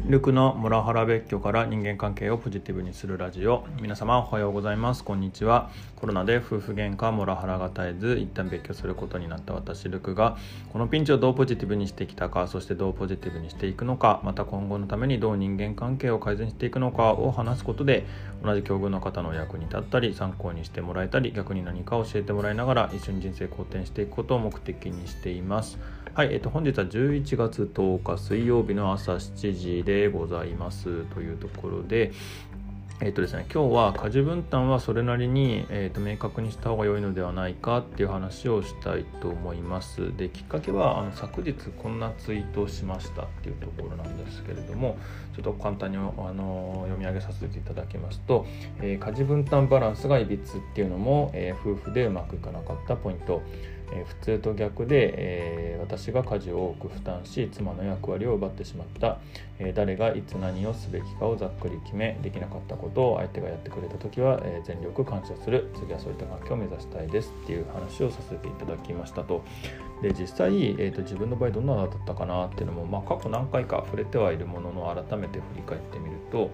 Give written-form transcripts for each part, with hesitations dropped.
ルクのモラハラ別居から人間関係をポジティブにするラジオ。皆様おはようございます。こんにちは。コロナで夫婦喧嘩モラハラが絶えず一旦別居することになった私ルクが、このピンチをどうポジティブにしてきたか、そしてどうポジティブにしていくのか、また今後のためにどう人間関係を改善していくのかを話すことで、同じ境遇の方の役に立ったり参考にしてもらえたり、逆に何か教えてもらいながら一緒に人生好転していくことを目的にしています。はい、本日は11月10日水曜日の朝7時でございますというところで、ですね、今日は家事分担はそれなりに、明確にした方が良いのではないかっていう話をしたいと思います。で、きっかけは昨日こんなツイートをしましたっていうところなんですけれども、ちょっと簡単に読み上げさせていただきますと、家事分担バランスがいびつっていうのも、夫婦でうまくいかなかったポイント。普通と逆で、私が家事を多く負担し妻の役割を奪ってしまった、誰がいつ何をすべきかをざっくり決め、できなかったことを相手がやってくれた時は、全力感謝する、次はそういった関係を目指したいですっていう話をさせていただきましたと。で、実際、自分の場合どんなだったかなっていうのも、過去何回か触れてはいるものの、改めて振り返ってみると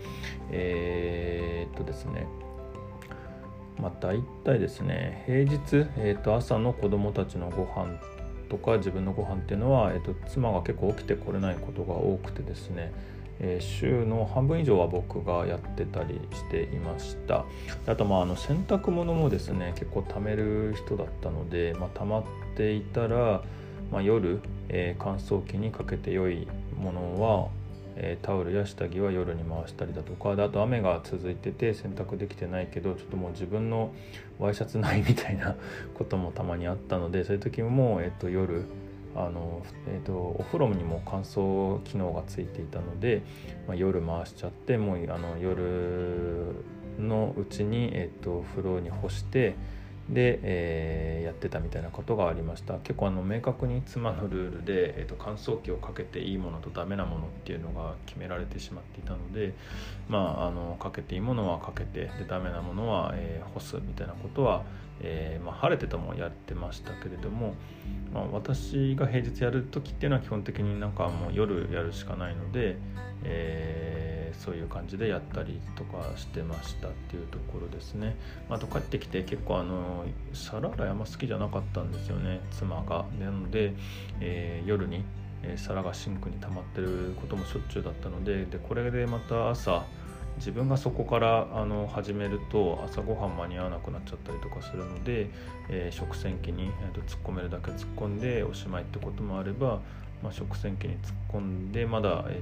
ですね、大体ですね、平日、朝の子どもたちのご飯とか自分のご飯っていうのは、妻が結構起きてこれないことが多くてですね、週の半分以上は僕がやってたりしていました。あと洗濯物もですね結構溜める人だったので、溜まっていたら、夜、乾燥機にかけて良いものはタオルや下着は夜に回したりだとかで、あと雨が続いてて洗濯できてないけどちょっともう自分のワイシャツないみたいなこともたまにあったので、そういう時も、夜お風呂にも乾燥機能がついていたので、夜回しちゃって、もう夜のうちに、風呂に干してで、やってたみたいなことがありました。結構明確に妻のルールで、乾燥機をかけていいものとダメなものっていうのが決められてしまっていたので、かけていいものはかけて、でダメなものは、干すみたいなことは、晴れててもやってましたけれども、私が平日やる時っていうのは基本的になんかもう夜やるしかないので、そういう感じでやったりとかしてましたっていうところですね。あと帰ってきて結構皿洗いあんま好きじゃなかったんですよね、妻が。なので、夜に皿がシンクに溜まってることもしょっちゅうだったので、これでまた朝自分がそこから始めると朝ごはん間に合わなくなっちゃったりとかするので、食洗機に、突っ込めるだけ突っ込んでおしまいってこともあれば、食洗機に突っ込んでまだ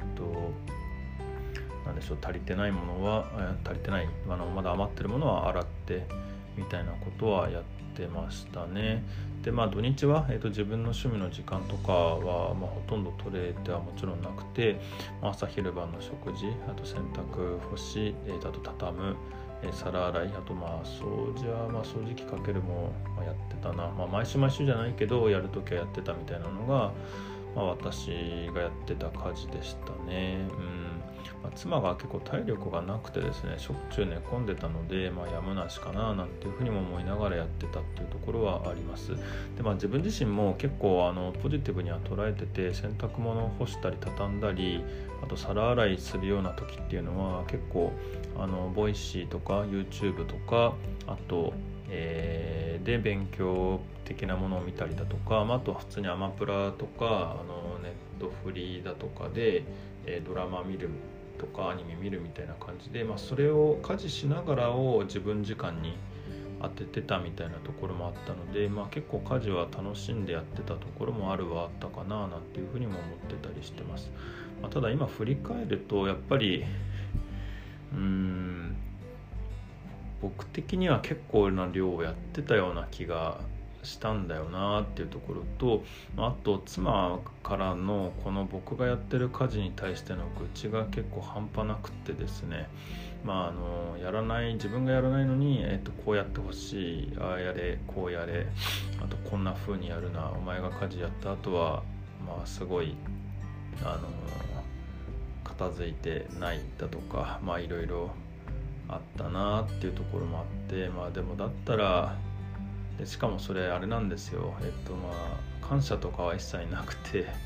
足りてないものはまだ余ってるものは洗ってみたいなことはやってましたね。で土日は、自分の趣味の時間とかは、ほとんど取れてはもちろんなくて、朝昼晩の食事、あと洗濯干し、あと畳む、皿洗い、あと掃除は掃除機かけるもやってたな。毎週じゃないけどやるときはやってたみたいなのが、私がやってた家事でしたね。妻が結構体力がなくてですね、しょっちゅう寝込んでたので、やむなしかななんていうふうにも思いながらやってたっていうところはあります。で、自分自身も結構ポジティブには捉えてて、洗濯物を干したり畳んだり、あと皿洗いするような時っていうのは結構ボイシーとか YouTube とか、あとで勉強的なものを見たりだとか、あと普通にアマプラとかネットフリーだとかで、ドラマ見るとかアニメ見るみたいな感じで、それを家事しながらを自分時間に当ててたみたいなところもあったので、結構家事は楽しんでやってたところもあったかななんていうふうにも思ってたりしてます。ただ今振り返るとやっぱり僕的には結構な量をやってたような気がしたんだよなっていうところと、あと妻からのこの僕がやってる家事に対しての愚痴が結構半端なくってですね、自分がやらないのに、こうやってほしい、ああやれこうやれ、あとこんな風にやるな、お前が家事やった後はすごい片付いてないだとか、いろいろあったなっていうところもあって、でもだったらしかもそれあれなんですよ、感謝とかは一切なくて、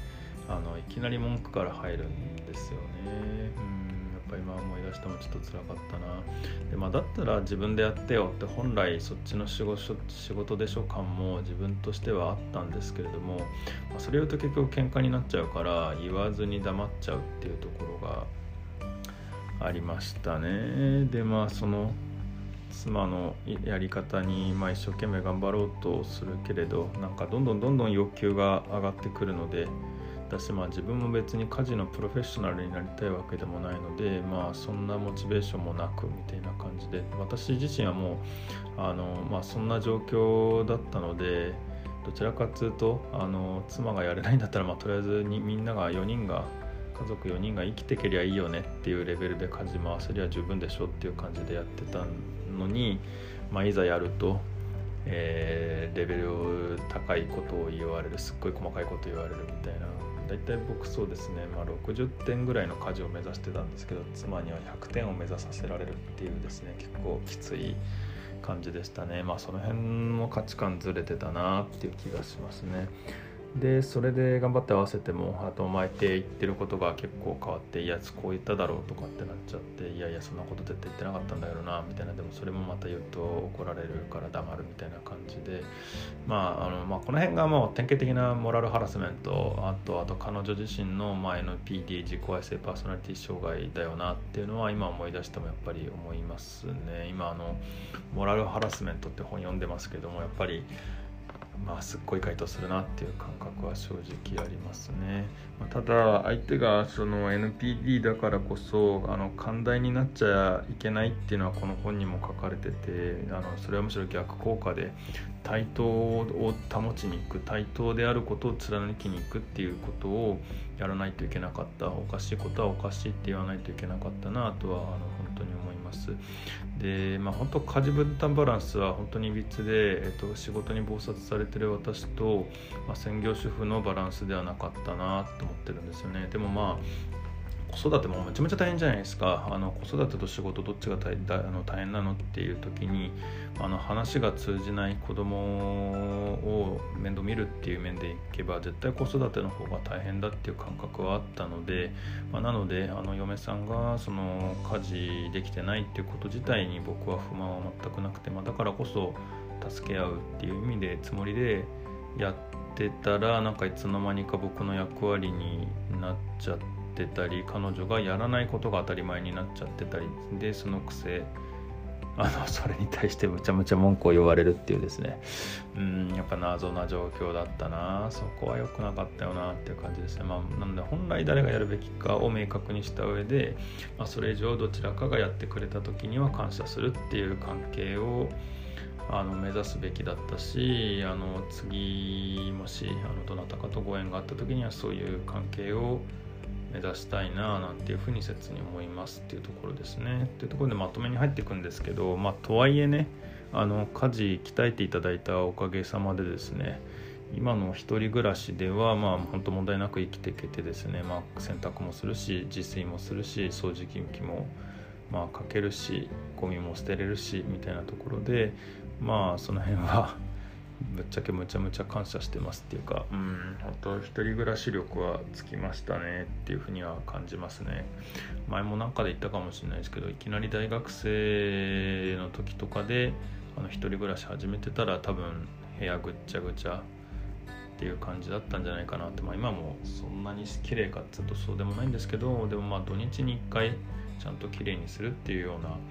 いきなり文句から入るんですよね。やっぱ今思い出してもちょっと辛かったな。で、だったら自分でやってよって本来そっちの仕事でしょ感も自分としてはあったんですけれども、それ言うと結局喧嘩になっちゃうから言わずに黙っちゃうっていうところがありましたね。でその妻のやり方に一生懸命頑張ろうとするけれど、なんかどんどん要求が上がってくるので、私自分も別に家事のプロフェッショナルになりたいわけでもないので、そんなモチベーションもなくみたいな感じで、私自身はもうそんな状況だったので、どちらかというと妻がやれないんだったら、とりあえずにみんなが家族4人が生きてけりゃいいよねっていうレベルで家事回せりゃ十分でしょっていう感じでやってたのに、いざやると、レベル高いことを言われる、すっごい細かいこと言われるみたいな。だいたい僕そうですね、60点ぐらいの家事を目指してたんですけど、妻には100点を目指させられるっていうですね、結構きつい感じでしたね。その辺の価値観ずれてたなっていう気がしますね。でそれで頑張って合わせても、あと前って言ってることが結構変わって、いやこう言っただろうとかってなっちゃって、いやそんなこと絶対言ってなかったんだよなみたいな。でもそれもまた言うと怒られるから黙るみたいな感じで、この辺がもう典型的なモラルハラスメント、あと彼女自身の前の PD 自己愛性パーソナリティ障害だよなっていうのは今思い出してもやっぱり思いますね。今モラルハラスメントって本読んでますけども、やっぱりすっごい回答するなっていう感覚は正直ありますね。ただ相手がその NPD だからこそ寛大になっちゃいけないっていうのはこの本にも書かれてて、それはむしろ逆効果で対等を保ちに行く、対等であることを貫きに行くっていうことをやらないといけなかった。おかしいことはおかしいって言わないといけなかったなとは本当に思います。で本当家事分担バランスは本当にいびつで、仕事に忙殺されてる私と、専業主婦のバランスではなかったなと思ってるんですよね。でも子育てもめちゃめちゃ大変じゃないですか。子育てと仕事どっちが大変なのっていう時に話が通じない子供を面倒見るっていう面でいけば絶対子育ての方が大変だっていう感覚はあったので、なので嫁さんがその家事できてないっていうこと自体に僕は不満は全くなくて、だからこそ助け合うっていう意味でつもりでやってたら、なんかいつの間にか僕の役割になっちゃってたり、彼女がやらないことが当たり前になっちゃってたりで、そのくせそれに対してむちゃむちゃ文句を言われるっていうですね、やっぱ謎な状況だったな。そこは良くなかったよなっていう感じですね。なので本来誰がやるべきかを明確にした上で、それ以上どちらかがやってくれた時には感謝するっていう関係を目指すべきだったし、次もしどなたかとご縁があった時にはそういう関係を目指したいななんていうふうに切に思いますっていうところですね。っていうところでまとめに入っていくんですけど、とはいえね、家事鍛えていただいたおかげさまでですね、今の一人暮らしでは本当問題なく生きていけてですね、洗濯もするし自炊もするし掃除機もかけるしゴミも捨てれるしみたいなところで、その辺はぶっちゃけむちゃむちゃ感謝してますっていうか、あと一人暮らし力はつきましたねっていうふうには感じますね。前もなんかで言ったかもしれないですけど、いきなり大学生の時とかで一人暮らし始めてたら多分部屋ぐっちゃぐちゃっていう感じだったんじゃないかなって、今もそんなに綺麗かって言うとそうでもないんですけど、でも土日に1回ちゃんと綺麗にするっていうような、なん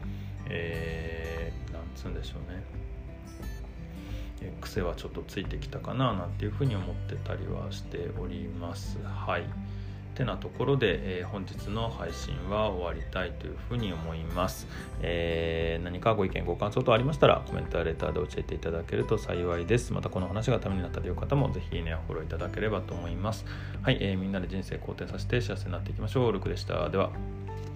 つうんでしょうね、癖はちょっとついてきたかななんていうふうに思ってたりはしております。はいてなところで、本日の配信は終わりたいというふうに思います。何かご意見ご感想等ありましたらコメントやレターで教えていただけると幸いです。またこの話がためになったという方もぜひいいねやフォローいただければと思います。はい、みんなで人生好転させて幸せになっていきましょう。ルクでした。では。